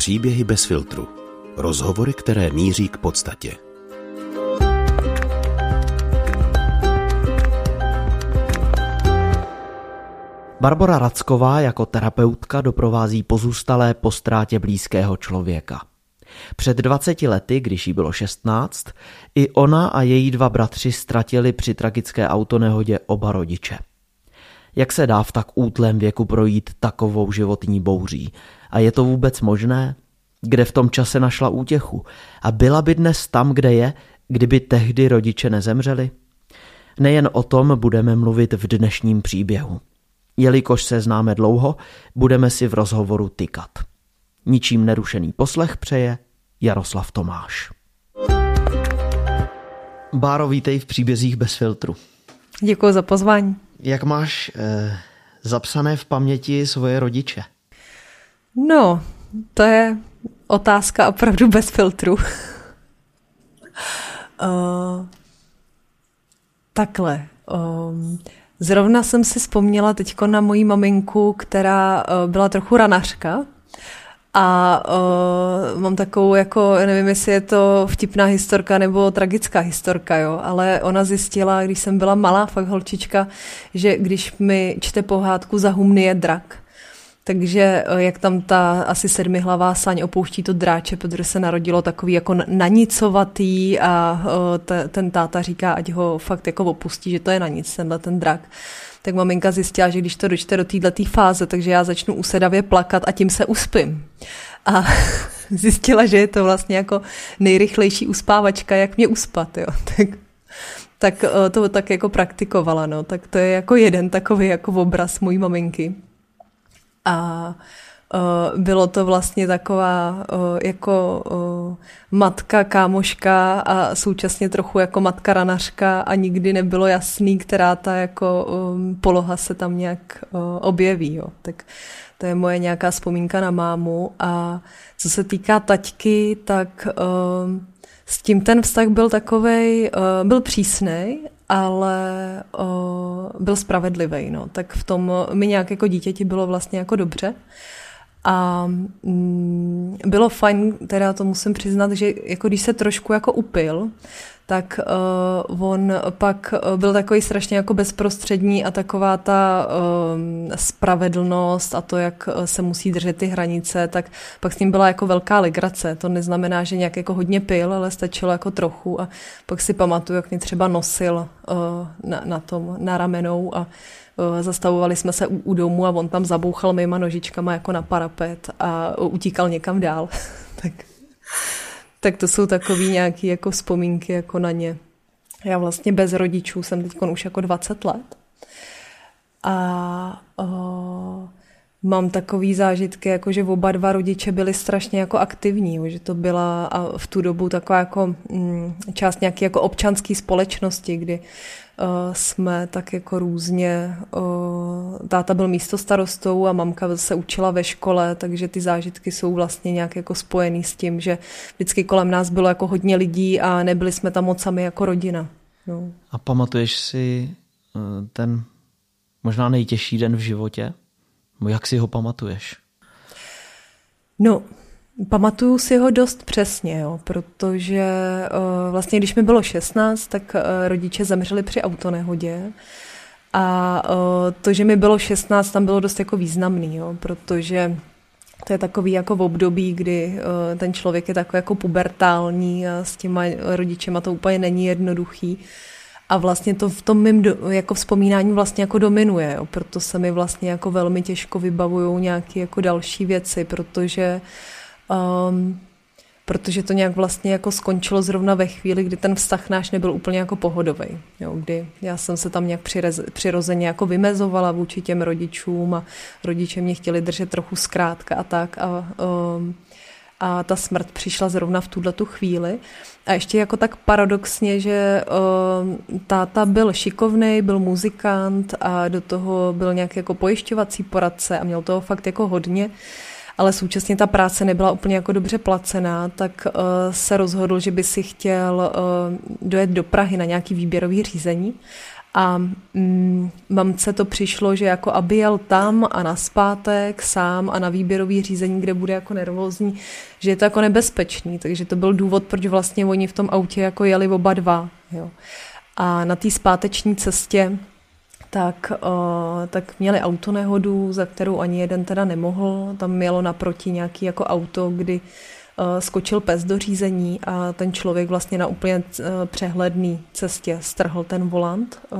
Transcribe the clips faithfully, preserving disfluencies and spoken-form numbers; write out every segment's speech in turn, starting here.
Příběhy bez filtru. Rozhovory, které míří k podstatě. Barbora Racková jako terapeutka doprovází pozůstalé po ztrátě blízkého člověka. Před dvaceti lety, když jí bylo šestnáct, i ona a její dva bratři ztratili při tragické autonehodě oba rodiče. Jak se dá v tak útlém věku projít takovou životní bouří? A je to vůbec možné? Kde v tom čase našla útěchu? A byla by dnes tam, kde je, kdyby tehdy rodiče nezemřeli? Nejen o tom budeme mluvit v dnešním příběhu. Jelikož se známe dlouho, budeme si v rozhovoru tykat. Ničím nerušený poslech přeje Jaroslav Tomáš. Báro, vítej v Příbězích bez filtru. Děkuji za pozvání. Jak máš eh, zapsané v paměti svoje rodiče? No, to je otázka opravdu bez filtru. uh, takhle. Um, zrovna jsem si vzpomněla teďko na moji maminku, která uh, byla trochu ranařka. A uh, mám takovou, jako, nevím, jestli je to vtipná historka nebo tragická historka, jo, ale ona zjistila, když jsem byla malá, fakt holčička, že když mi čte pohádku Za humny je drak, takže jak tam ta asi sedmihlavá saň opouští to dráče, protože se narodilo takový jako nanicovatý a uh, te, ten táta říká, ať ho fakt jako opustí, že to je na nic, tenhle ten drak. Tak maminka zjistila, že když to dočte do této fáze, takže já začnu usedavě plakat a tím se uspím. A zjistila, že je to vlastně jako nejrychlejší uspávačka, jak mě uspat. Jo. Tak, tak to tak jako praktikovala. No. Tak to je jako jeden takový jako obraz mojí maminky. A Uh, bylo to vlastně taková uh, jako uh, matka, kámoška a současně trochu jako matka ranařka a nikdy nebylo jasný, která ta jako um, poloha se tam nějak uh, objeví. Jo. Tak to je moje nějaká vzpomínka na mámu. A co se týká taťky, tak uh, s tím ten vztah byl takovej, uh, byl přísnej, ale uh, byl spravedlivý. No. Tak v tom mi nějak jako dítěti bylo vlastně jako dobře. A mm, bylo fajn, teda to musím přiznat, že jako když se trošku jako upil, tak uh, on pak byl takový strašně jako bezprostřední a taková ta uh, spravedlnost a to, jak se musí držet ty hranice, tak pak s ním byla jako velká legrace. To neznamená, že nějak jako hodně pil, ale stačilo jako trochu a pak si pamatuju, jak mě třeba nosil uh, na, na tom, na ramenou a zastavovali jsme se u, u domu a on tam zabouchal mýma nožičkama jako na parapet a utíkal někam dál. tak, tak to jsou takový nějaký jako vzpomínky jako na ně. Já vlastně bez rodičů jsem teď už jako dvacet let. A o, mám takový zážitky, jako že oba dva rodiče byli strašně jako aktivní, že to byla a v tu dobu taková jako mm, část nějaké jako občanské společnosti, kdy Uh, jsme tak jako různě, uh, táta byl místostarostou a mamka se učila ve škole, takže ty zážitky jsou vlastně nějak jako spojený s tím, že vždycky kolem nás bylo jako hodně lidí a nebyli jsme tam moc sami jako rodina. No. A pamatuješ si uh, ten možná nejtěžší den v životě? Jak si ho pamatuješ? No, pamatuju si ho dost přesně, jo, protože uh, vlastně když mi bylo šestnáct, tak uh, rodiče zemřeli při autonehodě a uh, to, že mi bylo šestnáct, tam bylo dost jako významný, jo, protože to je takový jako v období, kdy uh, ten člověk je takový jako pubertální a s těma rodičema to úplně není jednoduchý. A vlastně to v tom mým do, jako vzpomínání vlastně jako dominuje, jo, proto se mi vlastně jako velmi těžko vybavujou nějaké jako další věci, protože Um, protože to nějak vlastně jako skončilo zrovna ve chvíli, kdy ten vztah náš nebyl úplně jako pohodový. Jo, kdy já jsem se tam nějak přirez, přirozeně jako vymezovala vůči těm rodičům a rodiče mě chtěli držet trochu zkrátka a tak a, um, a ta smrt přišla zrovna v tuhletu chvíli. A ještě jako tak paradoxně, že um, táta byl šikovnej, byl muzikant a do toho byl nějaký jako pojišťovací poradce a měl toho fakt jako hodně, ale současně ta práce nebyla úplně jako dobře placená, tak uh, se rozhodl, že by si chtěl uh, dojet do Prahy na nějaký výběrový řízení A mm, mamce to přišlo, že jako aby jel tam a nazpátek sám a na výběrový řízení, kde bude jako nervózní, že je to jako nebezpečný. Takže to byl důvod, proč vlastně oni v tom autě jako jeli oba dva. Jo. A na té zpáteční cestě tak, uh, tak měli autonehodu, za kterou ani jeden teda nemohl. Tam mělo naproti nějaký jako auto, kdy uh, skočil pes do řízení a ten člověk vlastně na úplně uh, přehledný cestě strhl ten volant. Uh,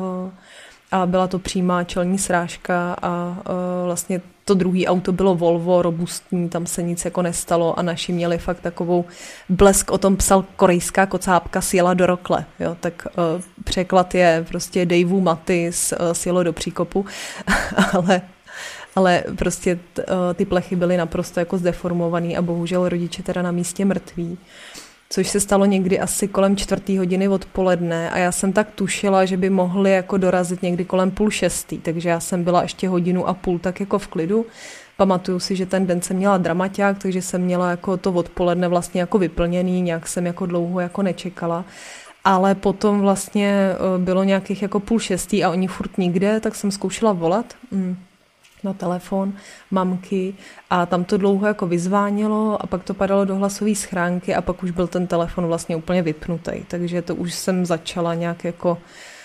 a byla to přímá čelní srážka a uh, vlastně to druhé auto bylo Volvo, robustní, tam se nic jako nestalo a naši měli fakt takovou blesk, o tom psal korejská kocápka, sjela do rokle, jo, tak uh, překlad je prostě Daveů Matis, uh, sjelo do příkopu, ale, ale prostě t, uh, ty plechy byly naprosto jako zdeformovaný a bohužel rodiče teda na místě mrtví. Což se stalo někdy asi kolem čtvrtý hodiny odpoledne a já jsem tak tušila, že by mohli jako dorazit někdy kolem půl šestý, takže já jsem byla ještě hodinu a půl tak jako v klidu. Pamatuju si, že ten den jsem měla dramaťák, takže jsem měla jako to odpoledne vlastně jako vyplněný, nějak jsem jako dlouho jako nečekala. Ale potom vlastně bylo nějakých jako půl šestý a oni furt nikde, tak jsem zkoušela volat mm. na telefon mamky a tam to dlouho jako vyzvánělo a pak to padalo do hlasové schránky a pak už byl ten telefon vlastně úplně vypnutý, takže to už jsem začala nějak jako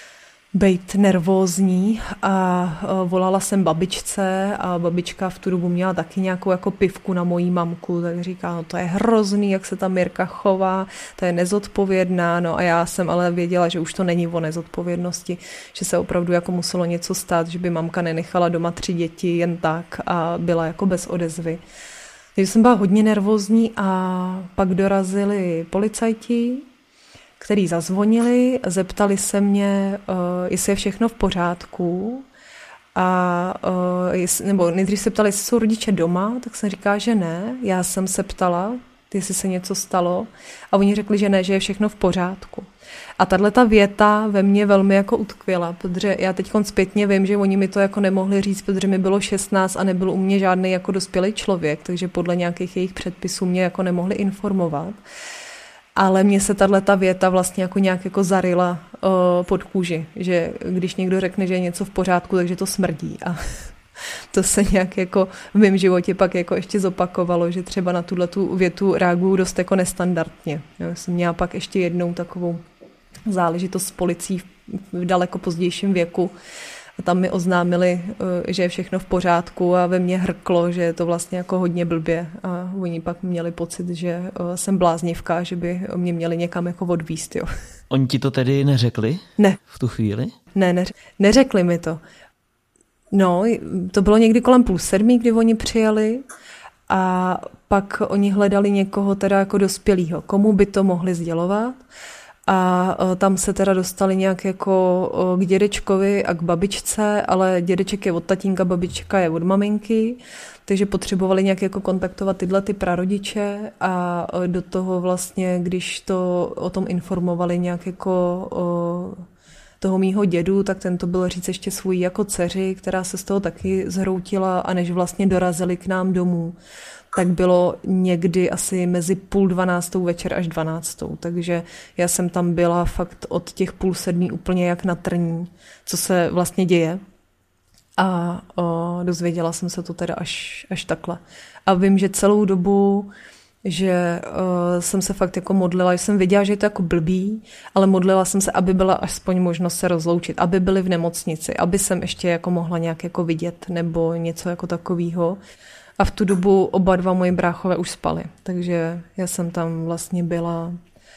být nervózní a volala jsem babičce a babička v tu dobu měla taky nějakou jako pivku na mojí mamku, tak říká, no to je hrozný, jak se ta Mirka chová, to je nezodpovědná, no a já jsem ale věděla, že už to není o nezodpovědnosti, že se opravdu jako muselo něco stát, že by mamka nenechala doma tři děti jen tak a byla jako bez odezvy. Takže jsem byla hodně nervózní a pak dorazili policajti, který zazvonili, zeptali se mě, uh, jestli je všechno v pořádku. A uh, jestli, nebo nejdřív se ptali, jestli jsou rodiče doma, tak jsem říkala, že ne. Já jsem se ptala, jestli se něco stalo. A oni řekli, že ne, že je všechno v pořádku. A tato věta ve mně velmi jako utkvěla, protože já teď zpětně vím, že oni mi to jako nemohli říct, protože mi bylo šestnáct a nebyl u mě žádný jako dospělý člověk, takže podle nějakých jejich předpisů mě jako nemohli informovat. Ale mně se tato věta vlastně jako nějak jako zaryla uh, pod kůži, že když někdo řekne, že je něco v pořádku, takže to smrdí. A to se nějak jako v mém životě pak jako ještě zopakovalo, že třeba na tuhletu větu reaguju dost jako nestandardně. Já jsem měla pak ještě jednou takovou záležitost s policií v daleko pozdějším věku. A tam mi oznámili, že je všechno v pořádku a ve mně hrklo, že je to vlastně jako hodně blbě. A oni pak měli pocit, že jsem bláznivka, že by mě měli někam jako odvízt. Jo. Oni ti to tedy neřekli? Ne. V tu chvíli? Ne, neř- neřekli mi to. No, to bylo někdy kolem půl sedmí, kdy oni přijeli a pak oni hledali někoho teda jako dospělýho. Komu by to mohli sdělovat? A tam se teda dostali nějak jako k dědečkovi a k babičce, ale dědeček je od tatínka, babička je od maminky, takže potřebovali nějak jako kontaktovat tyhle ty prarodiče a do toho vlastně, když to o tom informovali nějak jako o toho mýho dědu, tak ten to byl říct ještě svůj jako dceři, která se z toho taky zhroutila a než vlastně dorazili k nám domů, tak bylo někdy asi mezi půl dvanáctou večer až dvanáctou. Takže já jsem tam byla fakt od těch půl sedmí úplně jak na trní, co se vlastně děje. A o, dozvěděla jsem se to teda až, až takhle. A vím, že celou dobu, že o, jsem se fakt jako modlila, že jsem věděla, že je to jako blbý, ale modlila jsem se, aby byla aspoň možnost se rozloučit, aby byli v nemocnici, aby jsem ještě jako mohla nějak jako vidět nebo něco jako takového. A v tu dobu oba dva moji bráchové už spali, takže já jsem tam vlastně byla,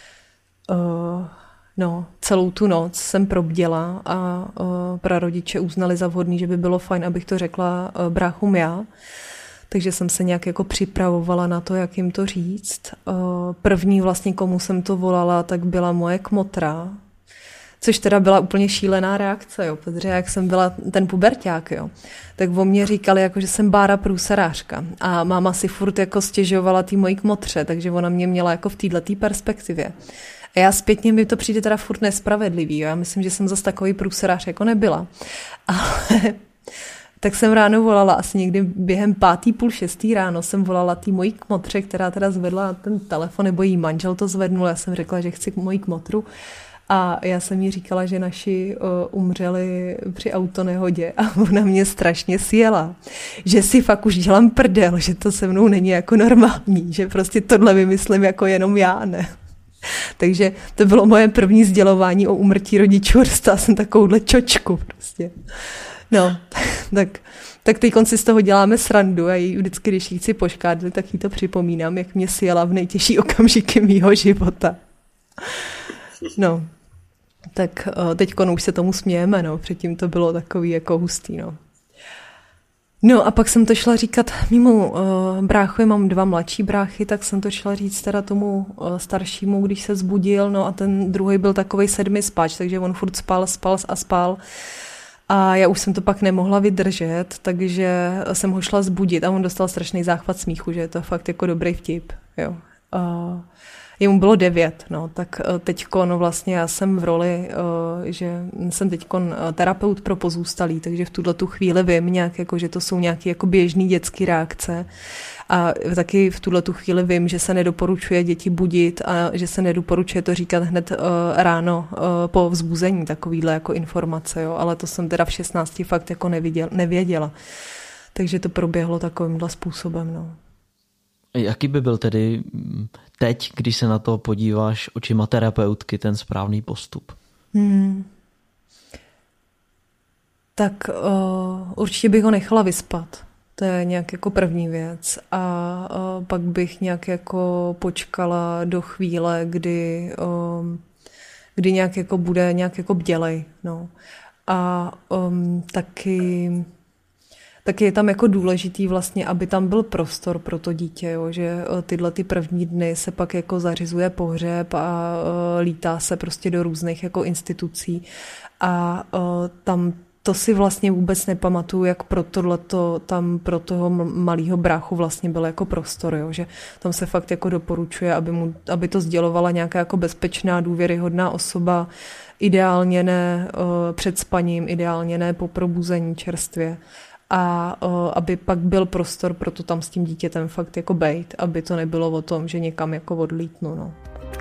uh, no, celou tu noc jsem probděla a uh, prarodiče uznali za vhodný, že by bylo fajn, abych to řekla uh, bráchům já. Takže jsem se nějak jako připravovala na to, jak jim to říct. Uh, první vlastně, komu jsem to volala, tak byla moje kmotra, což teda byla úplně šílená reakce, jo, protože jak jsem byla ten puberťák, jo, tak o mě říkali, jako, že jsem Bára průserářka a máma si furt jako stěžovala tý mojí kmotře, takže ona mě měla jako v této perspektivě. A já zpětně mi to přijde teda furt nespravedlivý, jo, já myslím, že jsem zase takový průserář jako nebyla. Ale tak jsem ráno volala, asi někdy během pátý, půl šestý ráno jsem volala tý mojí kmotře, která teda zvedla ten telefon, nebo jí manžel to zvednul, já jsem řekla, že chci mojí kmotru. A já jsem jí říkala, že naši uh, umřeli při autonehodě a ona mě strašně sjela, že si fakt už dělám prdel, že to se mnou není jako normální, že prostě tohle vymyslím jako jenom já, ne. Takže to bylo moje první sdělování o úmrtí rodičů, dostala jsem takovouhle čočku prostě. No, tak, tak teď si z toho děláme srandu a jí vždycky, když jí chci poškádlit, tak jí to připomínám, jak mě sjela v nejtěžší okamžiky mýho života. No, tak teďko už se tomu smějeme, no, předtím to bylo takový jako hustý, no. No a pak jsem to šla říkat mimo uh, bráchovi, mám dva mladší bráchy, tak jsem to šla říct teda tomu uh, staršímu, když se zbudil, no a ten druhý byl takovej sedmi spáč, takže on furt spal, spal a spal. A já už jsem to pak nemohla vydržet, takže jsem ho šla zbudit a on dostal strašný záchvat smíchu, že je to fakt jako dobrý vtip, jo. Uh, Jemu bylo devět, no, tak teďko, no vlastně já jsem v roli, že jsem teďko terapeut pro pozůstalý, takže v tuhle tu chvíli vím nějak, jako, že to jsou nějaké jako běžné dětské reakce a taky v tuhle tu chvíli vím, že se nedoporučuje děti budit a že se nedoporučuje to říkat hned ráno po vzbuzení, takovýhle jako informace, jo, ale to jsem teda v šestnácti fakt jako neviděl, nevěděla. Takže to proběhlo takovýmhle způsobem, no. Jaký by byl tedy teď, když se na to podíváš očima terapeutky, ten správný postup? Hmm. Tak uh, určitě bych ho nechala vyspat. To je nějak jako první věc. A uh, pak bych nějak jako počkala do chvíle, kdy, um, kdy nějak jako bude nějak jako bdělej. No. A um, taky... tak je tam jako důležitý vlastně, aby tam byl prostor pro to dítě, jo, že tyhle ty první dny se pak jako zařizuje pohřeb a uh, lítá se prostě do různých jako institucí a uh, tam to si vlastně vůbec nepamatuju, jak pro tohleto, tam pro toho malého bráchu vlastně byl jako prostor, jo, že tam se fakt jako doporučuje, aby, mu, aby to sdělovala nějaká jako bezpečná, důvěryhodná osoba, ideálně ne uh, před spaním, ideálně ne po probuzení čerstvě. A o, aby pak byl prostor pro to tam s tím dítětem fakt jako bejt, aby to nebylo o tom, že někam jako odlítnu, no.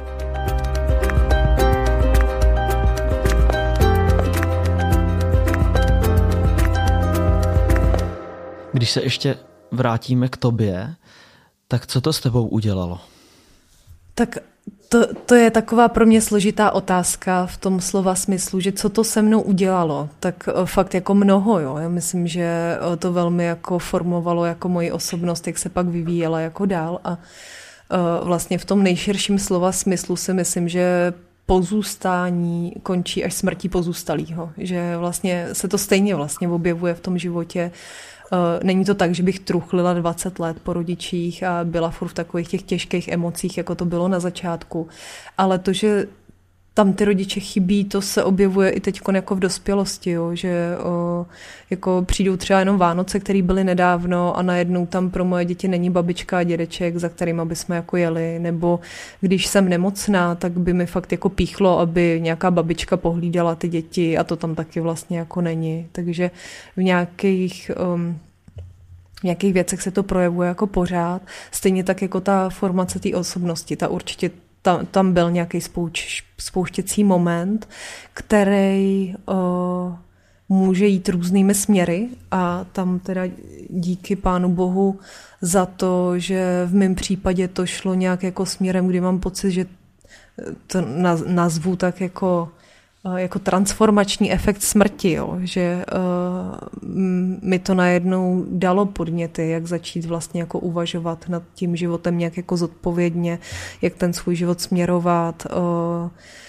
Když se ještě vrátíme k tobě, tak co to s tebou udělalo? Tak to, to je taková pro mě složitá otázka v tom slova smyslu, že co to se mnou udělalo, tak fakt jako mnoho, jo. Já myslím, že to velmi jako formovalo jako moji osobnost, jak se pak vyvíjela jako dál a vlastně v tom nejširším slova smyslu si myslím, že pozůstání končí až smrtí pozůstalýho, že vlastně se to stejně vlastně objevuje v tom životě. Není to tak, že bych truchlila dvacet let po rodičích a byla furt v takových těch těžkých emocích, jako to bylo na začátku. Ale to, že tam ty rodiče chybí, to se objevuje i teď jako v dospělosti, jo? Že o, jako přijdou třeba jenom Vánoce, které byly nedávno a najednou tam pro moje děti není babička a dědeček, za kterýma bychom jako jeli, nebo když jsem nemocná, tak by mi fakt jako píchlo, aby nějaká babička pohlídala ty děti a to tam taky vlastně jako není. Takže v nějakých... Um, v nějakých věcech se to projevuje jako pořád. Stejně tak jako ta formace té osobnosti, ta určitě tam, tam byl nějaký spouč, spouštěcí moment, který uh, může jít různými směry a tam teda díky Pánu Bohu za to, že v mém případě to šlo nějak jako směrem, kdy mám pocit, že to nazvu tak jako jako transformační efekt smrti, jo? Že uh, mi to najednou dalo podněty, jak začít vlastně jako uvažovat nad tím životem nějak jako zodpovědně, jak ten svůj život směrovat, uh,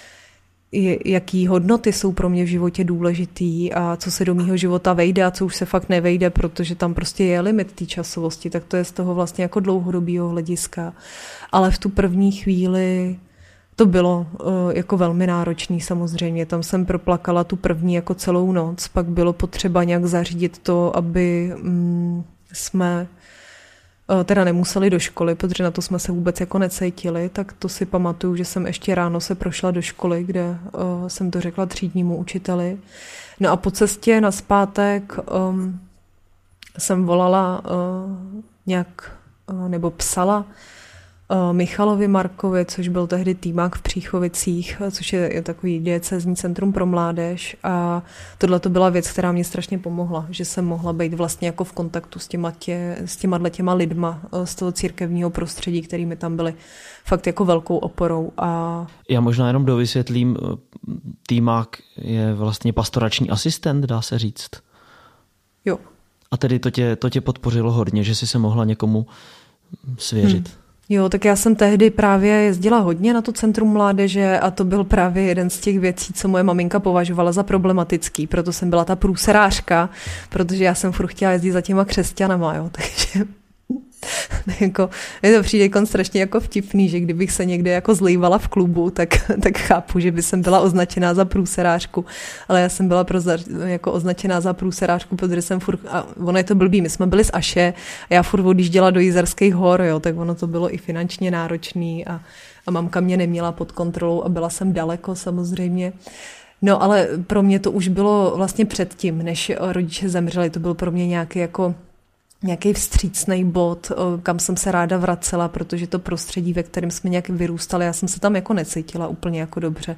jaký hodnoty jsou pro mě v životě důležitý a co se do mýho života vejde a co už se fakt nevejde, protože tam prostě je limit té časovosti, tak to je z toho vlastně jako dlouhodobýho hlediska. Ale v tu první chvíli to bylo uh, jako velmi náročný samozřejmě. Tam jsem proplakala tu první jako celou noc. Pak bylo potřeba nějak zařídit to, aby um, jsme uh, teda nemuseli do školy, protože na to jsme se vůbec jako necítili. Tak to si pamatuju, že jsem ještě ráno se prošla do školy, kde uh, jsem to řekla třídnímu učiteli. No a po cestě nazpátek um, jsem volala uh, nějak uh, nebo psala Michalovi Markovi, což byl tehdy týmák v Příchovicích, což je, je takový diecézní centrum pro mládež, a tohle to byla věc, která mě strašně pomohla, že jsem mohla být vlastně jako v kontaktu s těma, tě, s těma, těma lidma z toho církevního prostředí, který mi tam byli fakt jako velkou oporou. A... Já možná jenom dovysvětlím, týmák je vlastně pastorační asistent, dá se říct. Jo. A tedy to tě, to tě podpořilo hodně, že jsi se mohla někomu svěřit. Hmm. Jo, tak já jsem tehdy právě jezdila hodně na to centrum mládeže a to byl právě jeden z těch věcí, co moje maminka považovala za problematický, proto jsem byla ta průserářka, protože já jsem furt chtěla jezdit za těma křesťanama, jo, takže... jako, je to přijde jako strašně jako vtipný, že kdybych se někde jako zlívala v klubu, tak, tak chápu, že by jsem byla označená za průserářku, ale já jsem byla pro, jako označená za průserářku, protože jsem furt, a ono je to blbý, my jsme byli z Aše a já furt odjížděla do Jizerských hor, jo, tak ono to bylo i finančně náročný a, a mamka mě neměla pod kontrolou a byla jsem daleko samozřejmě. No ale pro mě to už bylo vlastně předtím, než rodiče zemřeli, to byl pro mě nějaký jako nějaký vstřícný bod, kam jsem se ráda vracela, protože to prostředí, ve kterém jsme nějak vyrůstali, já jsem se tam jako necítila úplně jako dobře.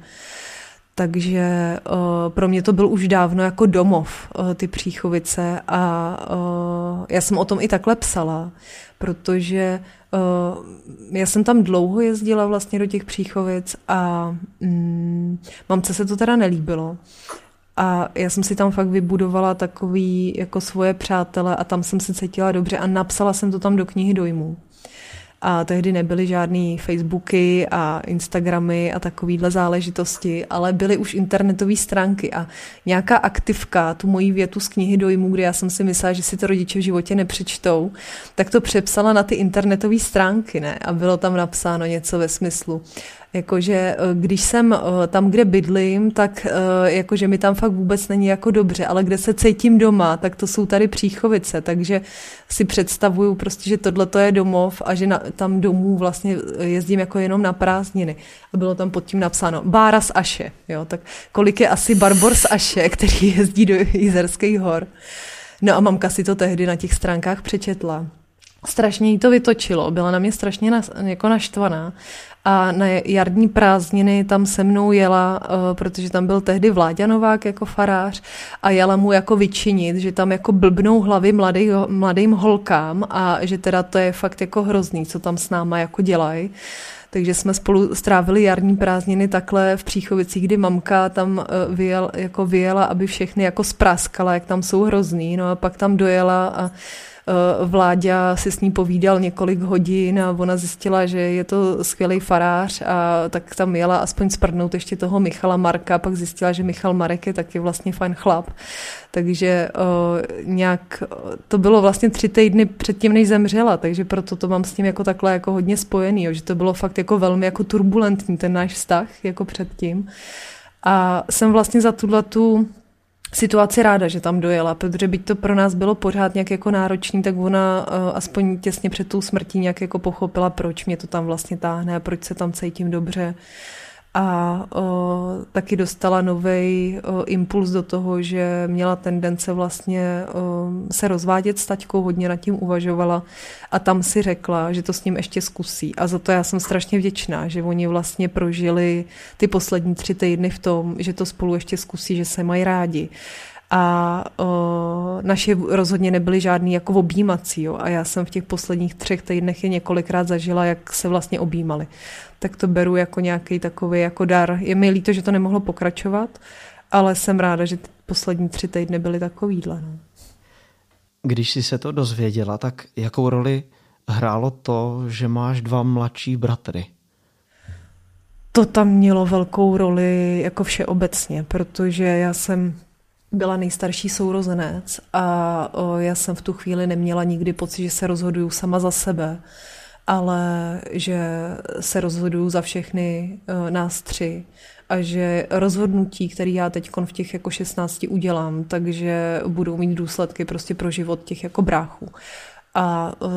Takže uh, pro mě to byl už dávno jako domov, uh, ty Příchovice, a uh, já jsem o tom i takhle psala, protože uh, já jsem tam dlouho jezdila vlastně do těch Příchovic a um, mamce se to teda nelíbilo. A já jsem si tam fakt vybudovala takový jako svoje přátele a tam jsem se cítila dobře a napsala jsem to tam do knihy dojmů. A tehdy nebyly žádný Facebooky a Instagramy a takovýhle záležitosti, ale byly už internetové stránky a nějaká aktivka, tu moji větu z knihy dojmů, kde já jsem si myslela, že si to rodiče v životě nepřečtou, tak to přepsala na ty internetové stránky, ne? A bylo tam napsáno něco ve smyslu, jakože když jsem tam, kde bydlím, tak jakože mi tam fakt vůbec není jako dobře, ale kde se cítím doma, tak to jsou tady Příchovice, takže si představuju prostě, že tohleto je domov a že na, tam domů vlastně jezdím jako jenom na prázdniny. A bylo tam pod tím napsáno Bára z Aše, jo, tak kolik je asi Barbor z Aše, který jezdí do Jizerských hor. No a mamka si to tehdy na těch stránkách přečetla. Strašně jí to vytočilo, byla na mě strašně na, jako naštvaná a na jarní prázdniny tam se mnou jela, uh, protože tam byl tehdy Vláďa Novák jako farář a jela mu jako vyčinit, že tam jako blbnou hlavy mladý, mladým holkám a že teda to je fakt jako hrozný, co tam s náma jako dělají. Takže jsme spolu strávili jarní prázdniny takhle v Příchovicích, kdy mamka tam vyjel, jako vyjela, aby všechny jako spráskala, jak tam jsou hrozný. No a pak tam dojela a Vláďa si s ní povídal několik hodin a ona zjistila, že je to skvělý farář a tak tam jela aspoň sprdnout ještě toho Michala Marka, pak zjistila, že Michal Marek je taky vlastně fajn chlap. Takže uh, nějak to bylo vlastně tři týdny předtím, než zemřela, takže proto to mám s tím jako takhle jako hodně spojený, jo, že to bylo fakt jako velmi jako turbulentní ten náš vztah jako předtím. A jsem vlastně za tuhletu situaci ráda, že tam dojela, protože byť to pro nás bylo pořád nějak jako náročný, tak ona uh, aspoň těsně před tou smrtí nějak jako pochopila, proč mě to tam vlastně táhne a proč se tam cítím dobře. A uh, taky dostala novej uh, impuls do toho, že měla tendence vlastně uh, se rozvádět s taťkou, hodně nad tím uvažovala a tam si řekla, že to s ním ještě zkusí. A za to já jsem strašně vděčná, že oni vlastně prožili ty poslední tři týdny v tom, že to spolu ještě zkusí, že se mají rádi. A uh, naše rozhodně nebyly žádný jako objímací, jo? A já jsem v těch posledních třech týdnech je několikrát zažila, jak se vlastně objímali. Tak to beru jako nějaký takový jako dar. Je mi líto, že to nemohlo pokračovat, ale jsem ráda, že ty poslední tři týdny byly takovýhle. No. Když jsi se to dozvěděla, tak jakou roli hrálo to, že máš dva mladší bratry? To tam mělo velkou roli jako všeobecně, protože já jsem byla nejstarší sourozenec a o, já jsem v tu chvíli neměla nikdy pocit, že se rozhoduju sama za sebe, ale že se rozhoduju za všechny o, nás tři a že rozhodnutí, které já teď v těch jako šestnácti udělám, takže budou mít důsledky prostě pro život těch jako bráchů. A o,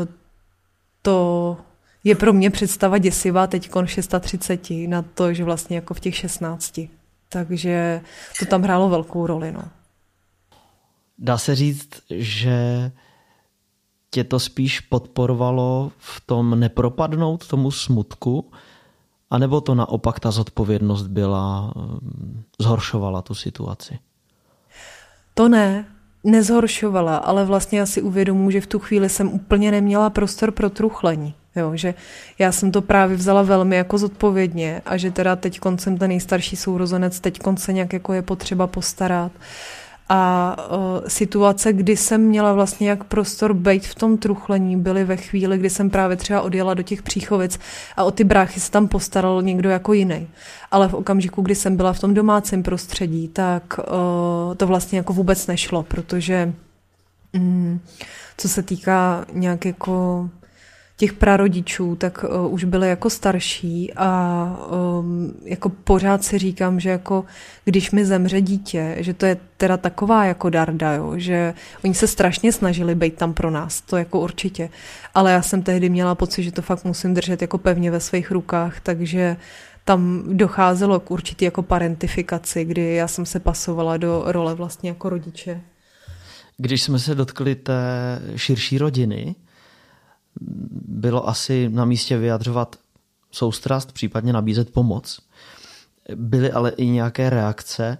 to je pro mě představa děsivá teď v třiceti šesti na to, že vlastně jako v těch šestnácti. Takže to tam hrálo velkou roli, no. Dá se říct, že tě to spíš podporovalo v tom nepropadnout tomu smutku, anebo to naopak ta zodpovědnost byla, zhoršovala tu situaci? To ne, nezhoršovala, ale vlastně já si uvědomuji, že v tu chvíli jsem úplně neměla prostor pro truchlení. Jo, že já jsem to právě vzala velmi jako zodpovědně a že teda teď jsem ten nejstarší sourozenec, teď se nějak jako je potřeba postarat. A uh, situace, kdy jsem měla vlastně jak prostor bejt v tom truchlení, byly ve chvíli, kdy jsem právě třeba odjela do těch Příchovic a o ty bráchy se tam postaral někdo jako jiný. Ale v okamžiku, kdy jsem byla v tom domácím prostředí, tak uh, to vlastně jako vůbec nešlo, protože um, co se týká nějak jako těch prarodičů, tak uh, už byli jako starší a um, jako pořád si říkám, že jako když mi zemře dítě, že to je teda taková jako darda, jo, že oni se strašně snažili být tam pro nás, to jako určitě, ale já jsem tehdy měla pocit, že to fakt musím držet jako pevně ve svých rukách, takže tam docházelo k určitý jako parentifikaci, kdy já jsem se pasovala do role vlastně jako rodiče. Když jsme se dotkli té širší rodiny, bylo asi na místě vyjadřovat soustrast, případně nabízet pomoc. Byly ale i nějaké reakce,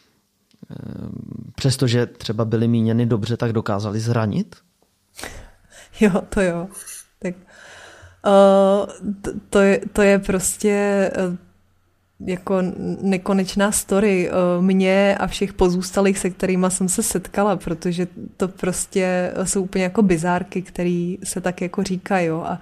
přestože třeba byly míněny dobře, tak dokázali zranit? Jo, to jo. Tak, uh, to, to, je, to je prostě uh, jako nekonečná story uh, mě a všech pozůstalých, se kterýma jsem se setkala, protože to prostě jsou úplně jako bizárky, které se tak jako říkají. A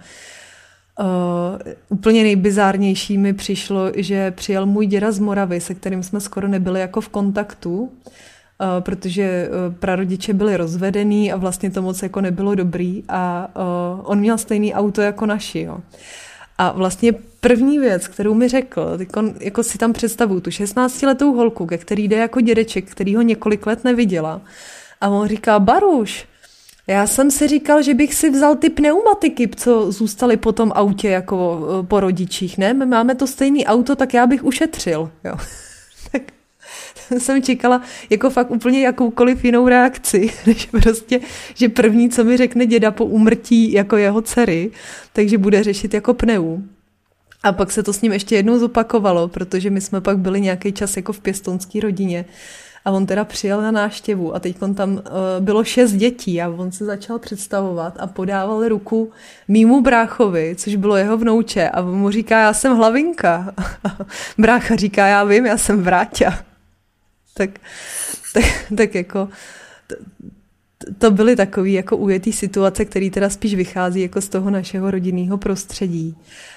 uh, úplně nejbizárnější mi přišlo, že přijel můj děda z Moravy, se kterým jsme skoro nebyli jako v kontaktu, uh, protože uh, prarodiče byli rozvedený a vlastně to moc jako nebylo dobrý a uh, on měl stejný auto jako naši, jo. A vlastně první věc, kterou mi řekl, jako si tam představuju tu šestnáctiletou holku, ke který jde jako dědeček, který ho několik let neviděla. A on říká, Baruš, já jsem si říkal, že bych si vzal ty pneumatiky, co zůstaly po tom autě jako po rodičích, ne? My máme to stejný auto, tak já bych ušetřil. Jo. Tak jsem čekala jako fakt úplně jakoukoliv jinou reakci, než prostě, že první, co mi řekne děda po úmrtí jako jeho dcery, takže bude řešit jako pneu. A pak se to s ním ještě jednou zopakovalo, protože my jsme pak byli nějaký čas jako v pěstounské rodině a on teda přijel na návštěvu a teď tam uh, bylo šest dětí a on se začal představovat a podával ruku mýmu bráchovi, což bylo jeho vnouče a on mu říká, já jsem Hlavinka. Brácha říká, já vím, já jsem Vráťa. Tak, tak, tak jako to, to byly takové jako ujetý situace, které teda spíš vychází jako z toho našeho rodinného prostředí.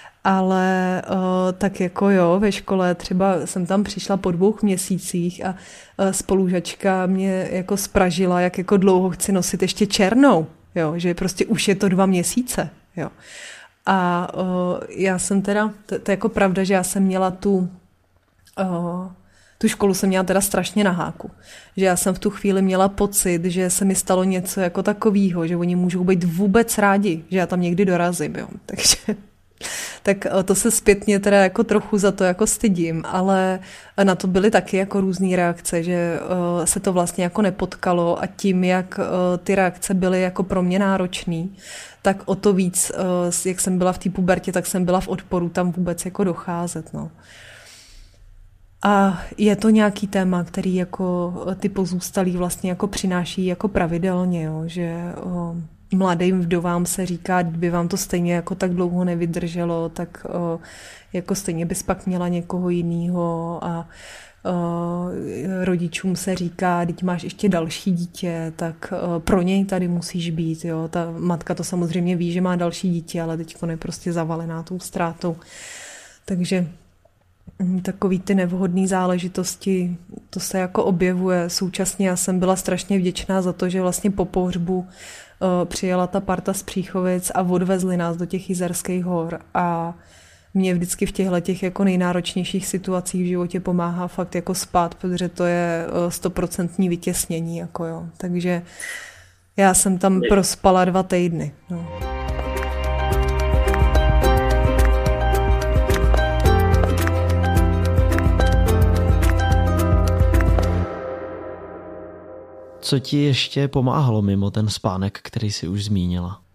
Ale o, tak jako jo, ve škole třeba jsem tam přišla po dvou měsících a o, spolužačka mě jako spražila, jak jako dlouho chci nosit ještě černou, jo, že prostě už je to dva měsíce, jo. A o, já jsem teda, to, to je jako pravda, že já jsem měla tu o, tu školu jsem měla teda strašně na háku. Že já jsem v tu chvíli měla pocit, že se mi stalo něco jako takového, že oni můžou být vůbec rádi, že já tam někdy dorazím, jo. Takže tak to se zpětně teda jako trochu za to jako stydím, ale na to byly taky jako různý reakce, že uh, se to vlastně jako nepotkalo a tím, jak uh, ty reakce byly jako pro mě náročný, tak o to víc, uh, jak jsem byla v té pubertě, tak jsem byla v odporu tam vůbec jako docházet, no. A je to nějaký téma, který jako ty pozůstalí vlastně jako přináší jako pravidelně, jo, že o, mladým vdovám se říká, kdyby vám to stejně jako tak dlouho nevydrželo, tak o, jako stejně bys pak měla někoho jinýho a o, rodičům se říká, když máš ještě další dítě, tak o, pro něj tady musíš být, jo. Ta matka to samozřejmě ví, že má další dítě, ale teďko je prostě zavalená tou ztrátou. Takže takový ty nevhodné záležitosti, to se jako objevuje. Současně já jsem byla strašně vděčná za to, že vlastně po pohřbu uh, přijela ta parta z Příchovic a odvezli nás do těch Jizerských hor a mě vždycky v těchto těch jako nejnáročnějších situacích v životě pomáhá fakt jako spát, protože to je stoprocentní vytěsnění, jako jo. Takže já jsem tam prospala dva týdny. No. Co ti ještě pomáhalo mimo ten spánek, který jsi už zmínila?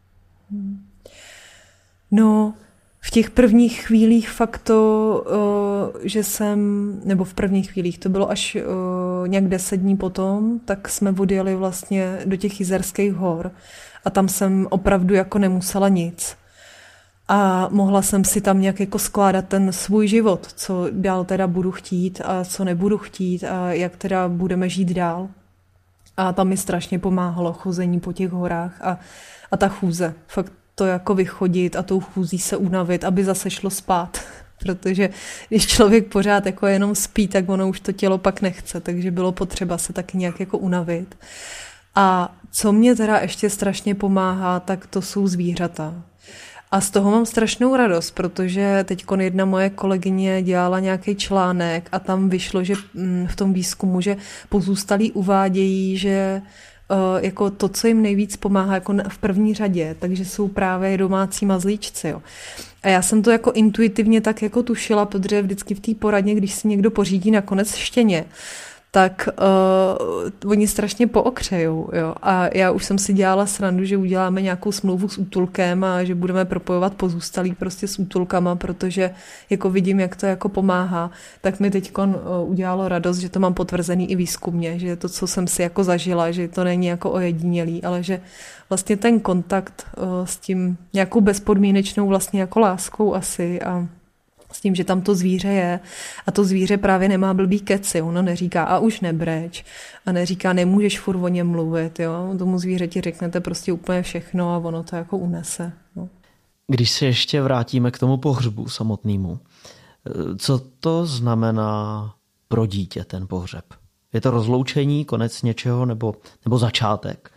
No, v těch prvních chvílích fakt to, uh, že jsem, nebo v prvních chvílích, to bylo až uh, nějak deset dní potom, tak jsme odjeli vlastně do těch Jizerských hor a tam jsem opravdu jako nemusela nic. A mohla jsem si tam nějak jako skládat ten svůj život, co dál teda budu chtít a co nebudu chtít a jak teda budeme žít dál. A tam mi strašně pomáhalo chození po těch horách a, a ta chůze. Fakt to jako vychodit a tou chůzí se unavit, aby zase šlo spát. Protože když člověk pořád jako jenom spí, tak ono už to tělo pak nechce, takže bylo potřeba se taky nějak jako unavit. A co mě teda ještě strašně pomáhá, tak to jsou zvířata. A z toho mám strašnou radost, protože teď jedna moje kolegyně dělala nějaký článek a tam vyšlo, že v tom výzkumu, že pozůstalí uvádějí, že jako to, co jim nejvíc pomáhá jako v první řadě, takže jsou právě domácí mazlíčci. Jo. A já jsem to jako intuitivně tak jako tušila, protože vždycky v té poradně, když si někdo pořídí nakonec štěně, tak uh, oni strašně pookřejou. Jo. A já už jsem si dělala srandu, že uděláme nějakou smlouvu s útulkem a že budeme propojovat pozůstalí prostě s útulkama, protože jako vidím, jak to jako pomáhá. Tak mi teď uh, udělalo radost, že to mám potvrzený i výzkumně, že to, co jsem si jako zažila, že to není jako ojedinělý, ale že vlastně ten kontakt uh, s tím nějakou bezpodmínečnou vlastně jako láskou asi a s tím, že tam to zvíře je a to zvíře právě nemá blbý keci, ono neříká a už nebreč a neříká nemůžeš furt o něm mluvit, jo, tomu zvířeti řeknete prostě úplně všechno a ono to jako unese. No. Když se ještě vrátíme k tomu pohřbu samotnému, co to znamená pro dítě ten pohřeb? Je to rozloučení, konec něčeho nebo, nebo začátek?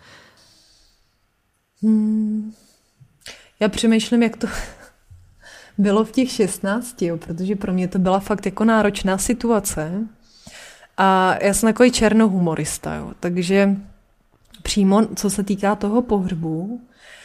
Hmm. Já přemýšlím, jak to bylo v těch šestnácti, jo, protože pro mě to byla fakt jako náročná situace a já jsem takový černohumorista, jo, takže přímo co se týká toho pohřbu,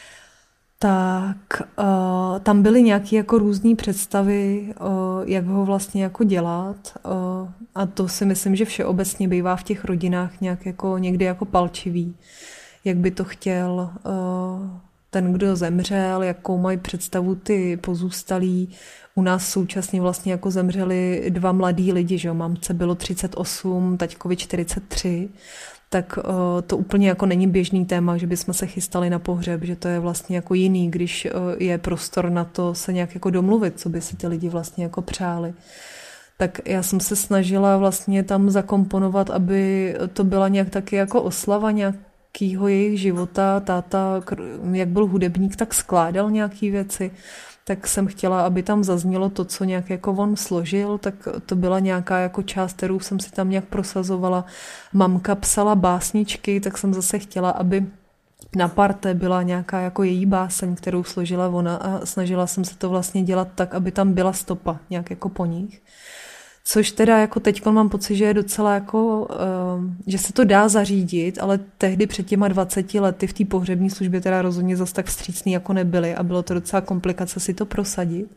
tak uh, tam byly nějaké jako různé představy, uh, jak ho vlastně jako dělat uh, a to si myslím, že všeobecně bývá v těch rodinách nějak jako někdy jako palčivý, jak by to chtěl uh, ten, kdo zemřel, jakou mají představu ty pozůstalí. U nás současně vlastně jako zemřeli dva mladí lidi, že jo, mamce bylo třicet osm, taťkovi čtyřicet tři, tak uh, to úplně jako není běžný téma, že bychom se chystali na pohřeb, že to je vlastně jako jiný, když uh, je prostor na to se nějak jako domluvit, co by si ty lidi vlastně jako přáli. Tak já jsem se snažila vlastně tam zakomponovat, aby to byla nějak taky jako oslava nějak kýho jejich života, táta, jak byl hudebník, tak skládal nějaký věci, tak jsem chtěla, aby tam zaznělo to, co nějak jako on složil, tak to byla nějaká jako část, kterou jsem si tam nějak prosazovala. Mamka psala básničky, tak jsem zase chtěla, aby na parte byla nějaká jako její báseň, kterou složila ona a snažila jsem se to vlastně dělat tak, aby tam byla stopa nějak jako po nich. Což teda jako teď mám pocit, že je docela jako, uh, že se to dá zařídit, ale tehdy před těma dvaceti lety v té pohřební službě teda rozhodně zase tak vstřícný jako nebyly a bylo to docela komplikace si to prosadit.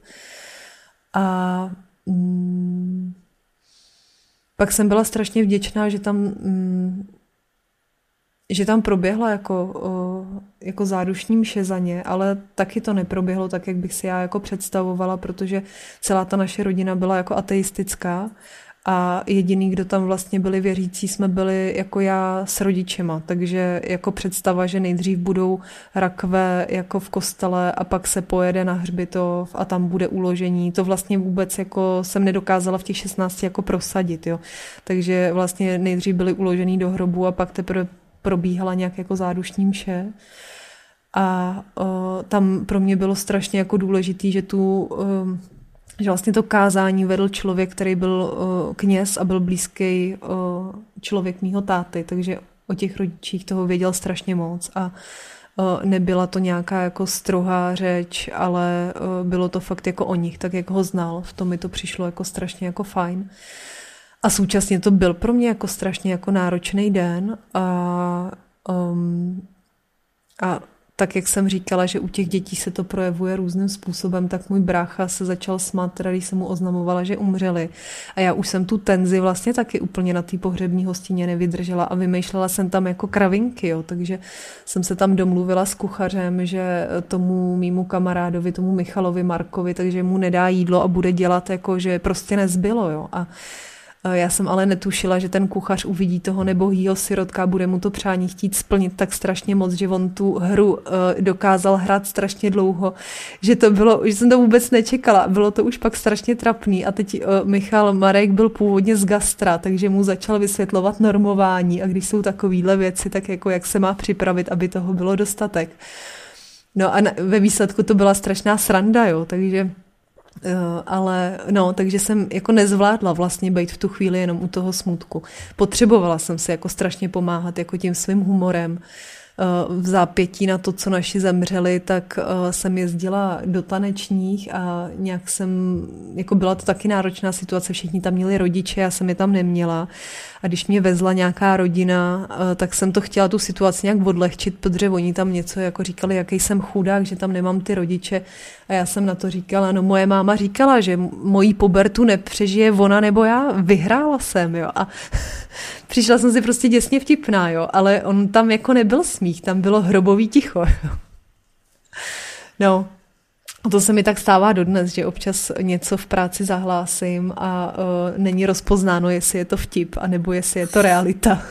A mm, pak jsem byla strašně vděčná, že tam, mm, že tam proběhla jako, uh, jako zádušní mše za ně, ale taky to neproběhlo tak, jak bych si já jako představovala, protože celá ta naše rodina byla jako ateistická a jediný, kdo tam vlastně byli věřící, jsme byli jako já s rodičema, takže jako představa, že nejdřív budou rakve jako v kostele a pak se pojede na hřbitov a tam bude uložení, to vlastně vůbec jako jsem nedokázala v těch šestnácti jako prosadit, jo. Takže vlastně nejdřív byli uložený do hrobu a pak teprve probíhala nějak jako zádušní mše. A o, tam pro mě bylo strašně jako důležitý, že tu, o, že vlastně to kázání vedl člověk, který byl o, kněz a byl blízký o, člověk mýho táty, takže o těch rodičích toho věděl strašně moc a o, nebyla to nějaká jako strohá řeč, ale o, bylo to fakt jako o nich, tak jak ho znal. V tom mi to přišlo jako strašně jako fajn. A současně to byl pro mě jako strašně jako náročný den a, um, a tak, jak jsem říkala, že u těch dětí se to projevuje různým způsobem, tak můj brácha se začal smát, teda když jsem mu oznamovala, že umřeli. A já už jsem tu tenzi vlastně taky úplně na té pohřební hostině nevydržela a vymýšlela jsem tam jako kravinky, jo. Takže jsem se tam domluvila s kuchařem, že tomu mýmu kamarádovi, tomu Michalovi Markovi, takže mu nedá jídlo a bude dělat jako, že prostě nezbylo, jo. A já jsem ale netušila, že ten kuchař uvidí toho nebohýho sirotka, bude mu to přání chtít splnit tak strašně moc, že on tu hru uh, dokázal hrát strašně dlouho, že to bylo, že jsem to vůbec nečekala. Bylo to už pak strašně trapný a teď uh, Michal Marek byl původně z gastra, takže mu začal vysvětlovat normování a když jsou takovýhle věci, tak jako jak se má připravit, aby toho bylo dostatek. No a na, ve výsledku to byla strašná sranda, jo, takže Uh, ale no, takže jsem jako nezvládla vlastně být v tu chvíli jenom u toho smutku. Potřebovala jsem si jako strašně pomáhat jako tím svým humorem. Uh, v zápětí na to, co naši zemřeli, tak uh, jsem jezdila do tanečních a nějak jsem, jako byla to taky náročná situace, všichni tam měli rodiče, já jsem je tam neměla. A když mě vezla nějaká rodina, tak jsem to chtěla tu situaci nějak odlehčit, protože oni tam něco jako říkali, jaký jsem chudák, že tam nemám ty rodiče. A já jsem na to říkala, no moje máma říkala, že mojí pubertu nepřežije ona nebo já, vyhrála jsem, jo. A přišla jsem si prostě děsně vtipná, jo, ale on tam jako nebyl smích, tam bylo hrobový ticho, jo. No. A to se mi tak stává dodnes, že občas něco v práci zahlásím a uh, není rozpoznáno, jestli je to vtip, anebo jestli je to realita.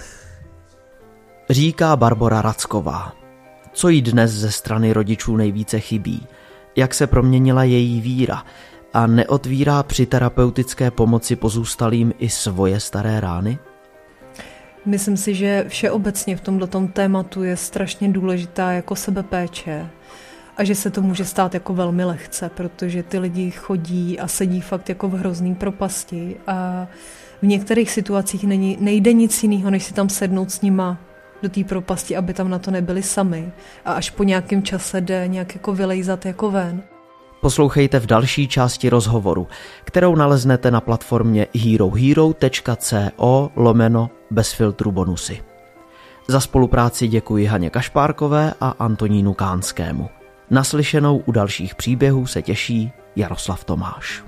Říká Barbora Racková. Co jí dnes ze strany rodičů nejvíce chybí? Jak se proměnila její víra? A neotvírá při terapeutické pomoci pozůstalým i svoje staré rány? Myslím si, že všeobecně v tomto tématu je strašně důležitá jako sebepéče. A že se to může stát jako velmi lehce, protože ty lidi chodí a sedí fakt jako v hrozný propasti a v některých situacích není, nejde nic jiného, než si tam sednout s nima do té propasti, aby tam na to nebyli sami a až po nějakém čase jde nějak jako vylejzat jako ven. Poslouchejte v další části rozhovoru, kterou naleznete na platformě herohero tečka co lomeno bez filtru bonusy. Za spolupráci děkuji Haně Kašpárkové a Antonínu Kánskému. Naslyšenou u dalších příběhů se těší Jaroslav Tomáš.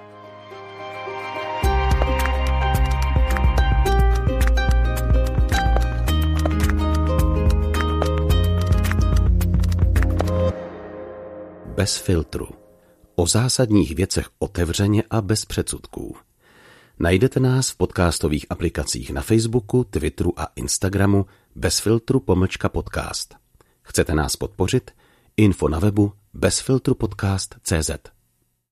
Bez filtru. O zásadních věcech otevřeně a bez předsudků. Najdete nás v podcastových aplikacích na Facebooku, Twitteru a Instagramu bez filtru pomlčka podcast. Chcete nás podpořit? Info na webu bezfiltrupodcast tečka cé zet.